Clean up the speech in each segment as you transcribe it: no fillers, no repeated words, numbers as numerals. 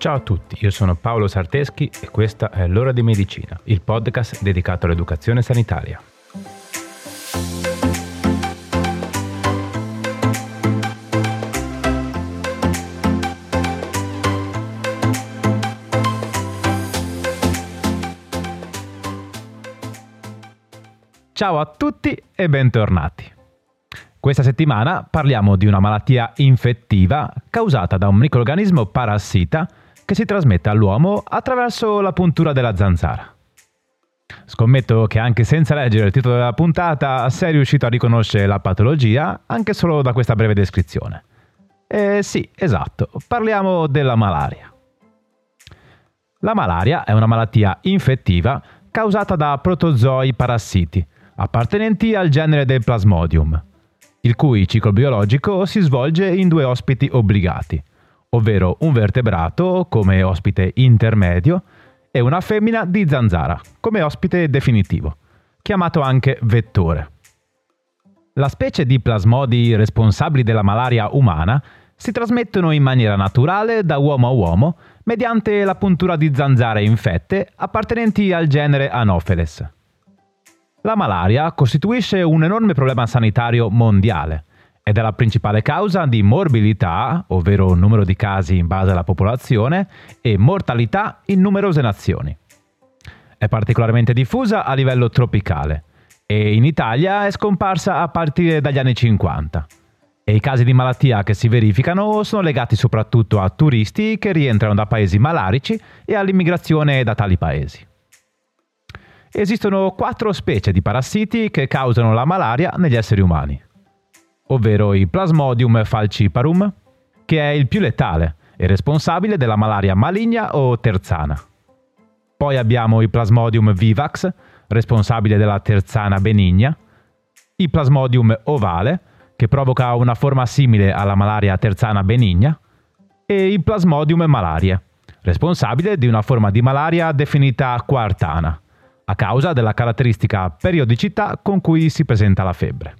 Ciao a tutti, io sono Paolo Sarteschi e questa è L'Ora di Medicina, il podcast dedicato all'educazione sanitaria. Ciao a tutti e bentornati. Questa settimana parliamo di una malattia infettiva causata da un microrganismo parassita che si trasmette all'uomo attraverso la puntura della zanzara. Scommetto che anche senza leggere il titolo della puntata sei riuscito a riconoscere la patologia anche solo da questa breve descrizione. Sì, esatto, parliamo della malaria. La malaria è una malattia infettiva causata da protozoi parassiti, appartenenti al genere del Plasmodium, il cui ciclo biologico si svolge in due ospiti obbligati, ovvero un vertebrato come ospite intermedio e una femmina di zanzara come ospite definitivo, chiamato anche vettore. La specie di plasmodi responsabili della malaria umana si trasmettono in maniera naturale da uomo a uomo mediante la puntura di zanzare infette appartenenti al genere Anopheles. La malaria costituisce un enorme problema sanitario mondiale ed è la principale causa di morbilità, ovvero numero di casi in base alla popolazione, e mortalità in numerose nazioni. È particolarmente diffusa a livello tropicale e in Italia è scomparsa a partire dagli anni 50. E i casi di malattia che si verificano sono legati soprattutto a turisti che rientrano da paesi malarici e all'immigrazione da tali paesi. Esistono 4 specie di parassiti che causano la malaria negli esseri umani, ovvero il Plasmodium falciparum, che è il più letale e responsabile della malaria maligna o terzana. Poi abbiamo il Plasmodium vivax, responsabile della terzana benigna, il Plasmodium ovale, che provoca una forma simile alla malaria terzana benigna, e il Plasmodium malariae, responsabile di una forma di malaria definita quartana, a causa della caratteristica periodicità con cui si presenta la febbre.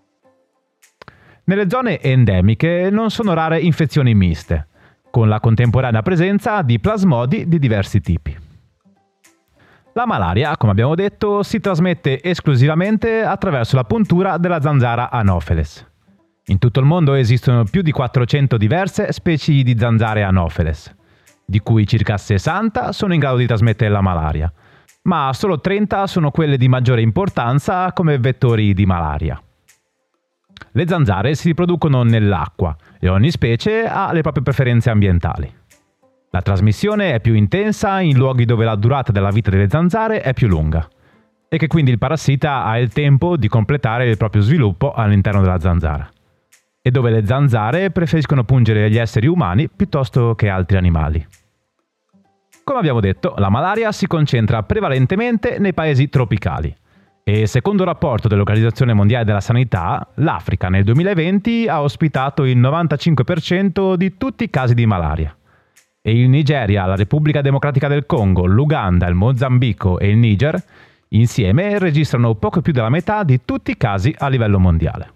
Nelle zone endemiche non sono rare infezioni miste, con la contemporanea presenza di plasmodi di diversi tipi. La malaria, come abbiamo detto, si trasmette esclusivamente attraverso la puntura della zanzara Anopheles. In tutto il mondo esistono più di 400 diverse specie di zanzare Anopheles, di cui circa 60 sono in grado di trasmettere la malaria, ma solo 30 sono quelle di maggiore importanza come vettori di malaria. Le zanzare si riproducono nell'acqua e ogni specie ha le proprie preferenze ambientali. La trasmissione è più intensa in luoghi dove la durata della vita delle zanzare è più lunga e che quindi il parassita ha il tempo di completare il proprio sviluppo all'interno della zanzara, e dove le zanzare preferiscono pungere gli esseri umani piuttosto che altri animali. Come abbiamo detto, la malaria si concentra prevalentemente nei paesi tropicali e, secondo un rapporto dell'Organizzazione Mondiale della Sanità, l'Africa nel 2020 ha ospitato il 95% di tutti i casi di malaria. E il Nigeria, la Repubblica Democratica del Congo, l'Uganda, il Mozambico e il Niger insieme registrano poco più della metà di tutti i casi a livello mondiale.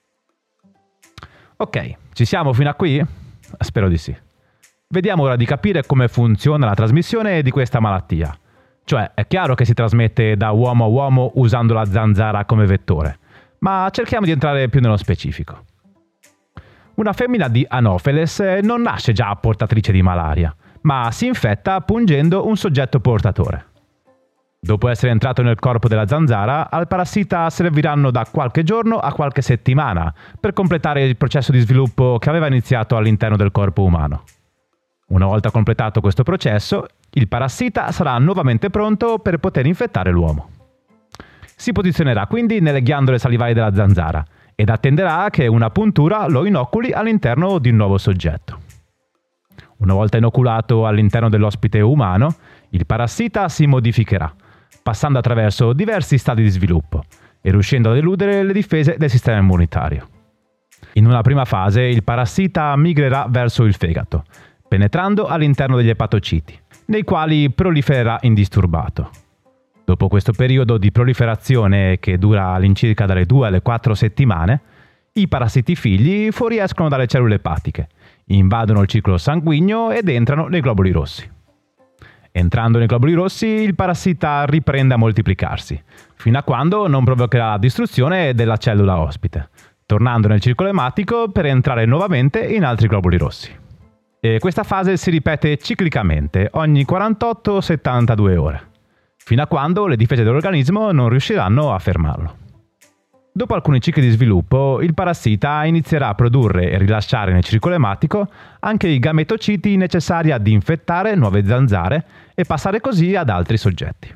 Ok, ci siamo fino a qui? Spero di sì. Vediamo ora di capire come funziona la trasmissione di questa malattia. Cioè, è chiaro che si trasmette da uomo a uomo usando la zanzara come vettore, ma cerchiamo di entrare più nello specifico. Una femmina di Anopheles non nasce già portatrice di malaria, ma si infetta pungendo un soggetto portatore. Dopo essere entrato nel corpo della zanzara, al parassita serviranno da qualche giorno a qualche settimana per completare il processo di sviluppo che aveva iniziato all'interno del corpo umano. Una volta completato questo processo, il parassita sarà nuovamente pronto per poter infettare l'uomo. Si posizionerà quindi nelle ghiandole salivali della zanzara ed attenderà che una puntura lo inoculi all'interno di un nuovo soggetto. Una volta inoculato all'interno dell'ospite umano, il parassita si modificherà, passando attraverso diversi stadi di sviluppo e riuscendo ad eludere le difese del sistema immunitario. In una prima fase il parassita migrerà verso il fegato, penetrando all'interno degli epatociti, nei quali prolifererà indisturbato. Dopo questo periodo di proliferazione, che dura all'incirca dalle 2 alle 4 settimane, i parassiti figli fuoriescono dalle cellule epatiche, invadono il circolo sanguigno ed entrano nei globuli rossi. Entrando nei globuli rossi, il parassita riprende a moltiplicarsi, fino a quando non provocherà la distruzione della cellula ospite, tornando nel circolo ematico per entrare nuovamente in altri globuli rossi. E questa fase si ripete ciclicamente, ogni 48-72 ore, fino a quando le difese dell'organismo non riusciranno a fermarlo. Dopo alcuni cicli di sviluppo, il parassita inizierà a produrre e rilasciare nel circolo ematico anche i gametociti necessari ad infettare nuove zanzare e passare così ad altri soggetti.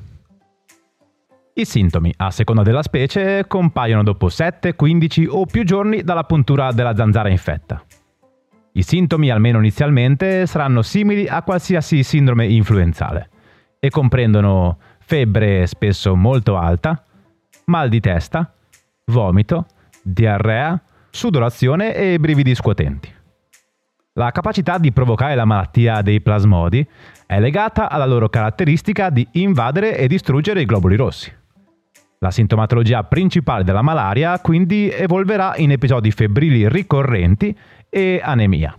I sintomi, a seconda della specie, compaiono dopo 7, 15 o più giorni dalla puntura della zanzara infetta. I sintomi, almeno inizialmente, saranno simili a qualsiasi sindrome influenzale e comprendono febbre spesso molto alta, mal di testa, vomito, diarrea, sudorazione e brividi scuotenti. La capacità di provocare la malattia dei plasmodi è legata alla loro caratteristica di invadere e distruggere i globuli rossi. La sintomatologia principale della malaria quindi evolverà in episodi febbrili ricorrenti e anemia.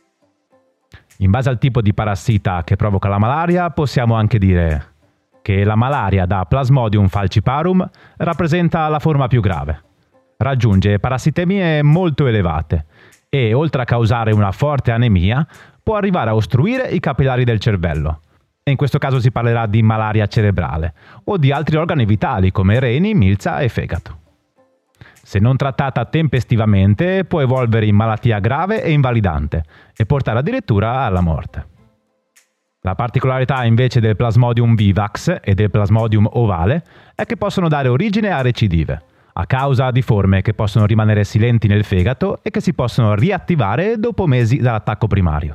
In base al tipo di parassita che provoca la malaria, possiamo anche dire che la malaria da Plasmodium falciparum rappresenta la forma più grave. Raggiunge parassitemie molto elevate e, oltre a causare una forte anemia, può arrivare a ostruire i capillari del cervello. E in questo caso si parlerà di malaria cerebrale o di altri organi vitali come reni, milza e fegato. Se non trattata tempestivamente, può evolvere in malattia grave e invalidante e portare addirittura alla morte. La particolarità invece del Plasmodium vivax e del Plasmodium ovale è che possono dare origine a recidive, a causa di forme che possono rimanere silenti nel fegato e che si possono riattivare dopo mesi dall'attacco primario.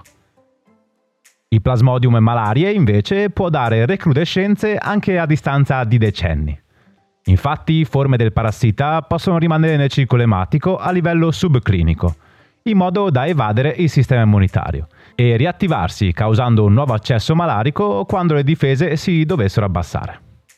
Il Plasmodium malarie invece può dare recrudescenze anche a distanza di decenni. Infatti, forme del parassita possono rimanere nel circolo ematico a livello subclinico, in modo da evadere il sistema immunitario e riattivarsi causando un nuovo accesso malarico quando le difese si dovessero abbassare.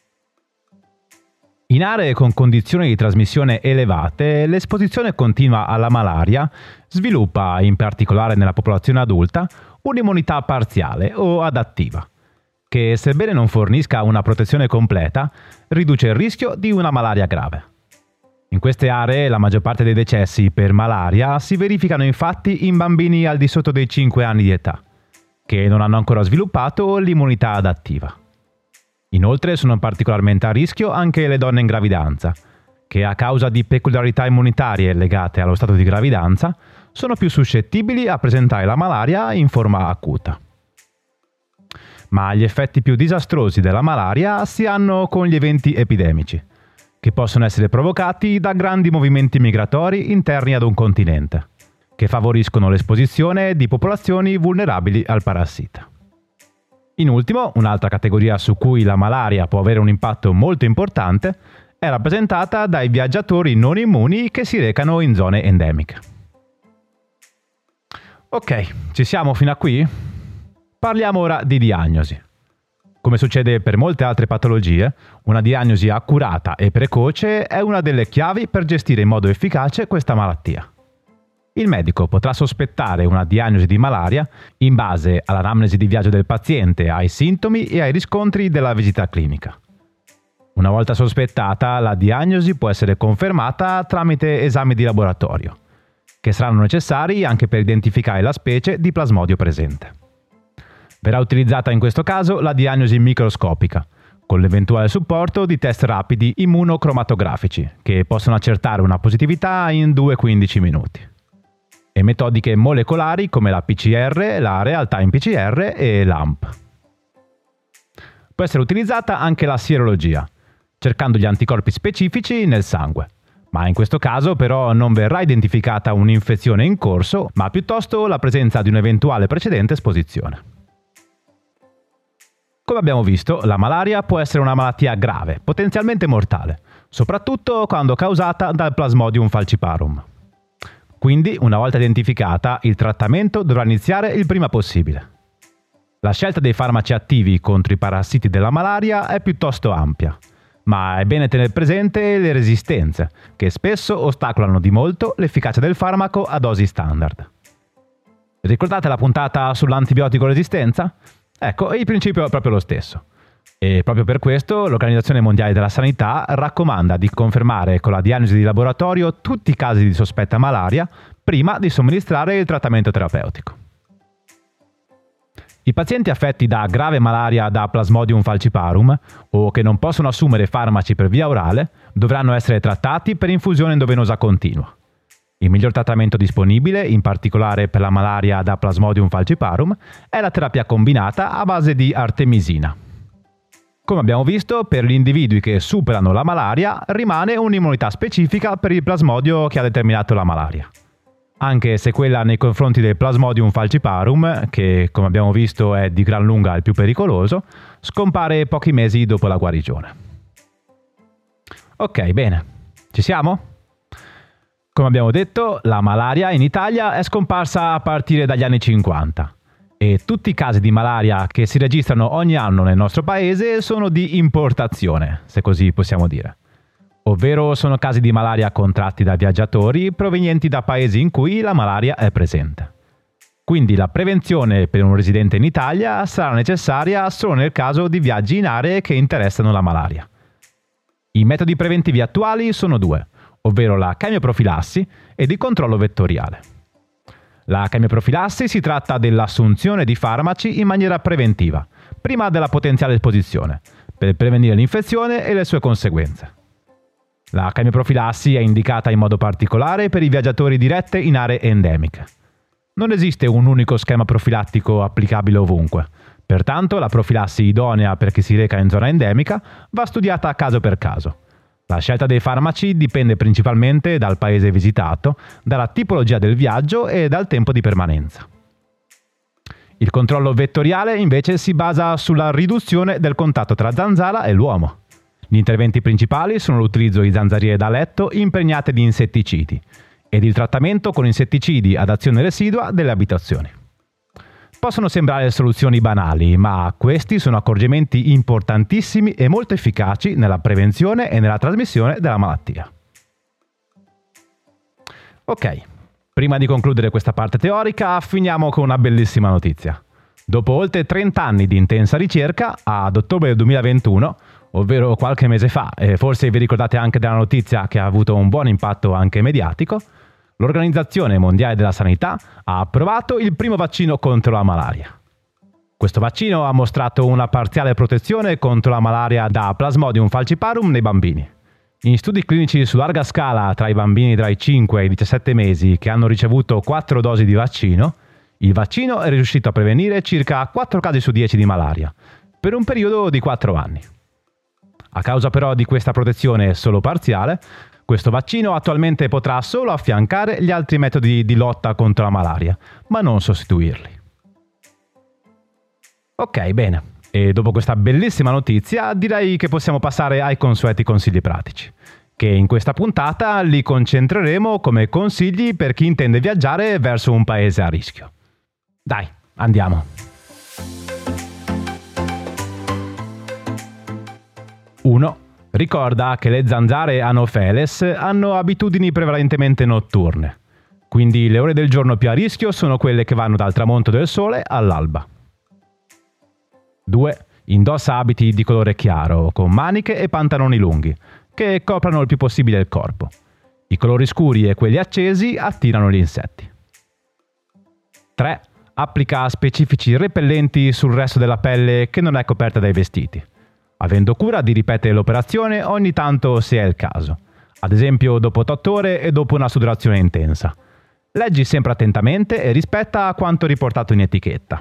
In aree con condizioni di trasmissione elevate, l'esposizione continua alla malaria sviluppa, in particolare nella popolazione adulta, un'immunità parziale o adattiva, che sebbene non fornisca una protezione completa, riduce il rischio di una malaria grave. In queste aree la maggior parte dei decessi per malaria si verificano infatti in bambini al di sotto dei 5 anni di età, che non hanno ancora sviluppato l'immunità adattiva. Inoltre sono particolarmente a rischio anche le donne in gravidanza, che a causa di peculiarità immunitarie legate allo stato di gravidanza sono più suscettibili a presentare la malaria in forma acuta. Ma gli effetti più disastrosi della malaria si hanno con gli eventi epidemici, che possono essere provocati da grandi movimenti migratori interni ad un continente, che favoriscono l'esposizione di popolazioni vulnerabili al parassita. In ultimo, un'altra categoria su cui la malaria può avere un impatto molto importante è rappresentata dai viaggiatori non immuni che si recano in zone endemiche. Ok, ci siamo fino a qui? Parliamo ora di diagnosi. Come succede per molte altre patologie, una diagnosi accurata e precoce è una delle chiavi per gestire in modo efficace questa malattia. Il medico potrà sospettare una diagnosi di malaria in base all'anamnesi di viaggio del paziente, ai sintomi e ai riscontri della visita clinica. Una volta sospettata, la diagnosi può essere confermata tramite esami di laboratorio, che saranno necessari anche per identificare la specie di plasmodio presente. Verrà utilizzata in questo caso la diagnosi microscopica, con l'eventuale supporto di test rapidi immunocromatografici, che possono accertare una positività in 2-15 minuti. E metodiche molecolari come la PCR, la real-time PCR e l'AMP. Può essere utilizzata anche la sierologia, cercando gli anticorpi specifici nel sangue. Ma in questo caso però non verrà identificata un'infezione in corso, ma piuttosto la presenza di un'eventuale precedente esposizione. Come abbiamo visto, la malaria può essere una malattia grave, potenzialmente mortale, soprattutto quando causata dal Plasmodium falciparum. Quindi, una volta identificata, il trattamento dovrà iniziare il prima possibile. La scelta dei farmaci attivi contro i parassiti della malaria è piuttosto ampia, ma è bene tenere presente le resistenze, che spesso ostacolano di molto l'efficacia del farmaco a dosi standard. Ricordate la puntata sull'antibiotico resistenza? Ecco, il principio è proprio lo stesso. E proprio per questo l'Organizzazione Mondiale della Sanità raccomanda di confermare con la diagnosi di laboratorio tutti i casi di sospetta malaria prima di somministrare il trattamento terapeutico. I pazienti affetti da grave malaria da Plasmodium falciparum o che non possono assumere farmaci per via orale dovranno essere trattati per infusione endovenosa continua. Il miglior trattamento disponibile, in particolare per la malaria da Plasmodium falciparum, è la terapia combinata a base di artemisina. Come abbiamo visto, per gli individui che superano la malaria rimane un'immunità specifica per il plasmodio che ha determinato la malaria. Anche se quella nei confronti del Plasmodium falciparum, che come abbiamo visto è di gran lunga il più pericoloso, scompare pochi mesi dopo la guarigione. Ok, bene. Ci siamo? Come abbiamo detto, la malaria in Italia è scomparsa a partire dagli anni 50 e tutti i casi di malaria che si registrano ogni anno nel nostro paese sono di importazione, se così possiamo dire. Ovvero sono casi di malaria contratti da viaggiatori provenienti da paesi in cui la malaria è presente. Quindi la prevenzione per un residente in Italia sarà necessaria solo nel caso di viaggi in aree che interessano la malaria. I metodi preventivi attuali sono due, ovvero la chemioprofilassi ed il controllo vettoriale. La chemioprofilassi si tratta dell'assunzione di farmaci in maniera preventiva, prima della potenziale esposizione, per prevenire l'infezione e le sue conseguenze. La chemioprofilassi è indicata in modo particolare per i viaggiatori diretti in aree endemiche. Non esiste un unico schema profilattico applicabile ovunque, pertanto la profilassi idonea per chi si reca in zona endemica va studiata caso per caso. La scelta dei farmaci dipende principalmente dal paese visitato, dalla tipologia del viaggio e dal tempo di permanenza. Il controllo vettoriale invece si basa sulla riduzione del contatto tra zanzara e l'uomo. Gli interventi principali sono l'utilizzo di zanzariere da letto impregnate di insetticidi ed il trattamento con insetticidi ad azione residua delle abitazioni. Possono sembrare soluzioni banali, ma questi sono accorgimenti importantissimi e molto efficaci nella prevenzione e nella trasmissione della malattia. Ok, prima di concludere questa parte teorica, finiamo con una bellissima notizia. Dopo oltre 30 anni di intensa ricerca, ad ottobre del 2021, ovvero qualche mese fa, e forse vi ricordate anche della notizia che ha avuto un buon impatto anche mediatico, l'Organizzazione Mondiale della Sanità ha approvato il primo vaccino contro la malaria. Questo vaccino ha mostrato una parziale protezione contro la malaria da Plasmodium falciparum nei bambini. In studi clinici su larga scala tra i bambini tra i 5 e i 17 mesi che hanno ricevuto 4 dosi di vaccino, il vaccino è riuscito a prevenire circa 4 casi su 10 di malaria, per un periodo di 4 anni. A causa però di questa protezione solo parziale, questo vaccino attualmente potrà solo affiancare gli altri metodi di lotta contro la malaria, ma non sostituirli. Ok, bene. E dopo questa bellissima notizia direi che possiamo passare ai consueti consigli pratici, che in questa puntata li concentreremo come consigli per chi intende viaggiare verso un paese a rischio. Dai, andiamo! 1. Ricorda che le zanzare Anopheles hanno abitudini prevalentemente notturne, quindi le ore del giorno più a rischio sono quelle che vanno dal tramonto del sole all'alba. 2. Indossa abiti di colore chiaro, con maniche e pantaloni lunghi, che coprano il più possibile il corpo. I colori scuri e quelli accesi attirano gli insetti. 3. Applica specifici repellenti sul resto della pelle che non è coperta dai vestiti, avendo cura di ripetere l'operazione ogni tanto se è il caso, ad esempio dopo 8 ore e dopo una sudorazione intensa. Leggi sempre attentamente e rispetta quanto riportato in etichetta.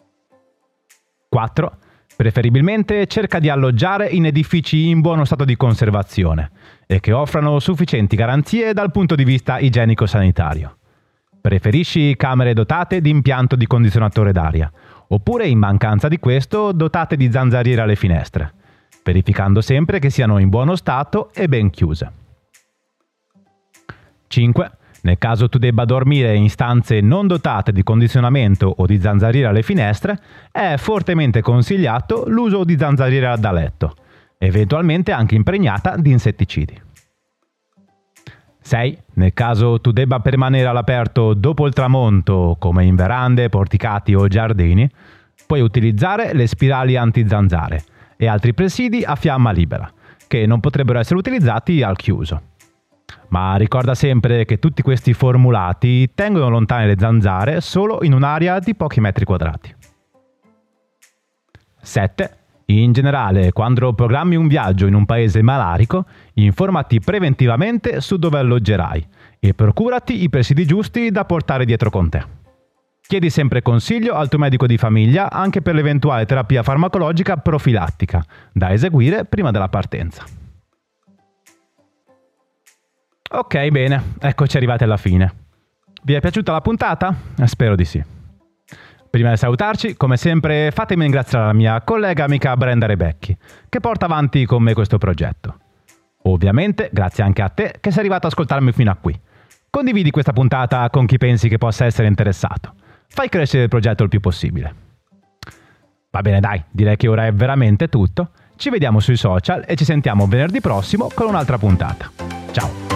4. Preferibilmente cerca di alloggiare in edifici in buono stato di conservazione e che offrano sufficienti garanzie dal punto di vista igienico-sanitario. Preferisci camere dotate di impianto di condizionatore d'aria, oppure in mancanza di questo dotate di zanzariere alle finestre, verificando sempre che siano in buono stato e ben chiuse. 5. Nel caso tu debba dormire in stanze non dotate di condizionamento o di zanzariera alle finestre, è fortemente consigliato l'uso di zanzariera da letto, eventualmente anche impregnata di insetticidi. 6. Nel caso tu debba permanere all'aperto dopo il tramonto, come in verande, porticati o giardini, puoi utilizzare le spirali antizanzare e altri presidi a fiamma libera, che non potrebbero essere utilizzati al chiuso. Ma ricorda sempre che tutti questi formulati tengono lontane le zanzare solo in un'area di pochi metri quadrati. 7. In generale, quando programmi un viaggio in un paese malarico, informati preventivamente su dove alloggerai e procurati i presidi giusti da portare dietro con te. Chiedi sempre consiglio al tuo medico di famiglia anche per l'eventuale terapia farmacologica profilattica da eseguire prima della partenza. Ok, bene, eccoci arrivati alla fine. Vi è piaciuta la puntata? Spero di sì. Prima di salutarci, come sempre, fatemi ringraziare la mia collega amica Brenda Rebecchi, che porta avanti con me questo progetto. Ovviamente, grazie anche a te che sei arrivato ad ascoltarmi fino a qui. Condividi questa puntata con chi pensi che possa essere interessato. Fai crescere il progetto il più possibile. Va bene, dai, direi che ora è veramente tutto. Ci vediamo sui social e ci sentiamo venerdì prossimo con un'altra puntata. Ciao!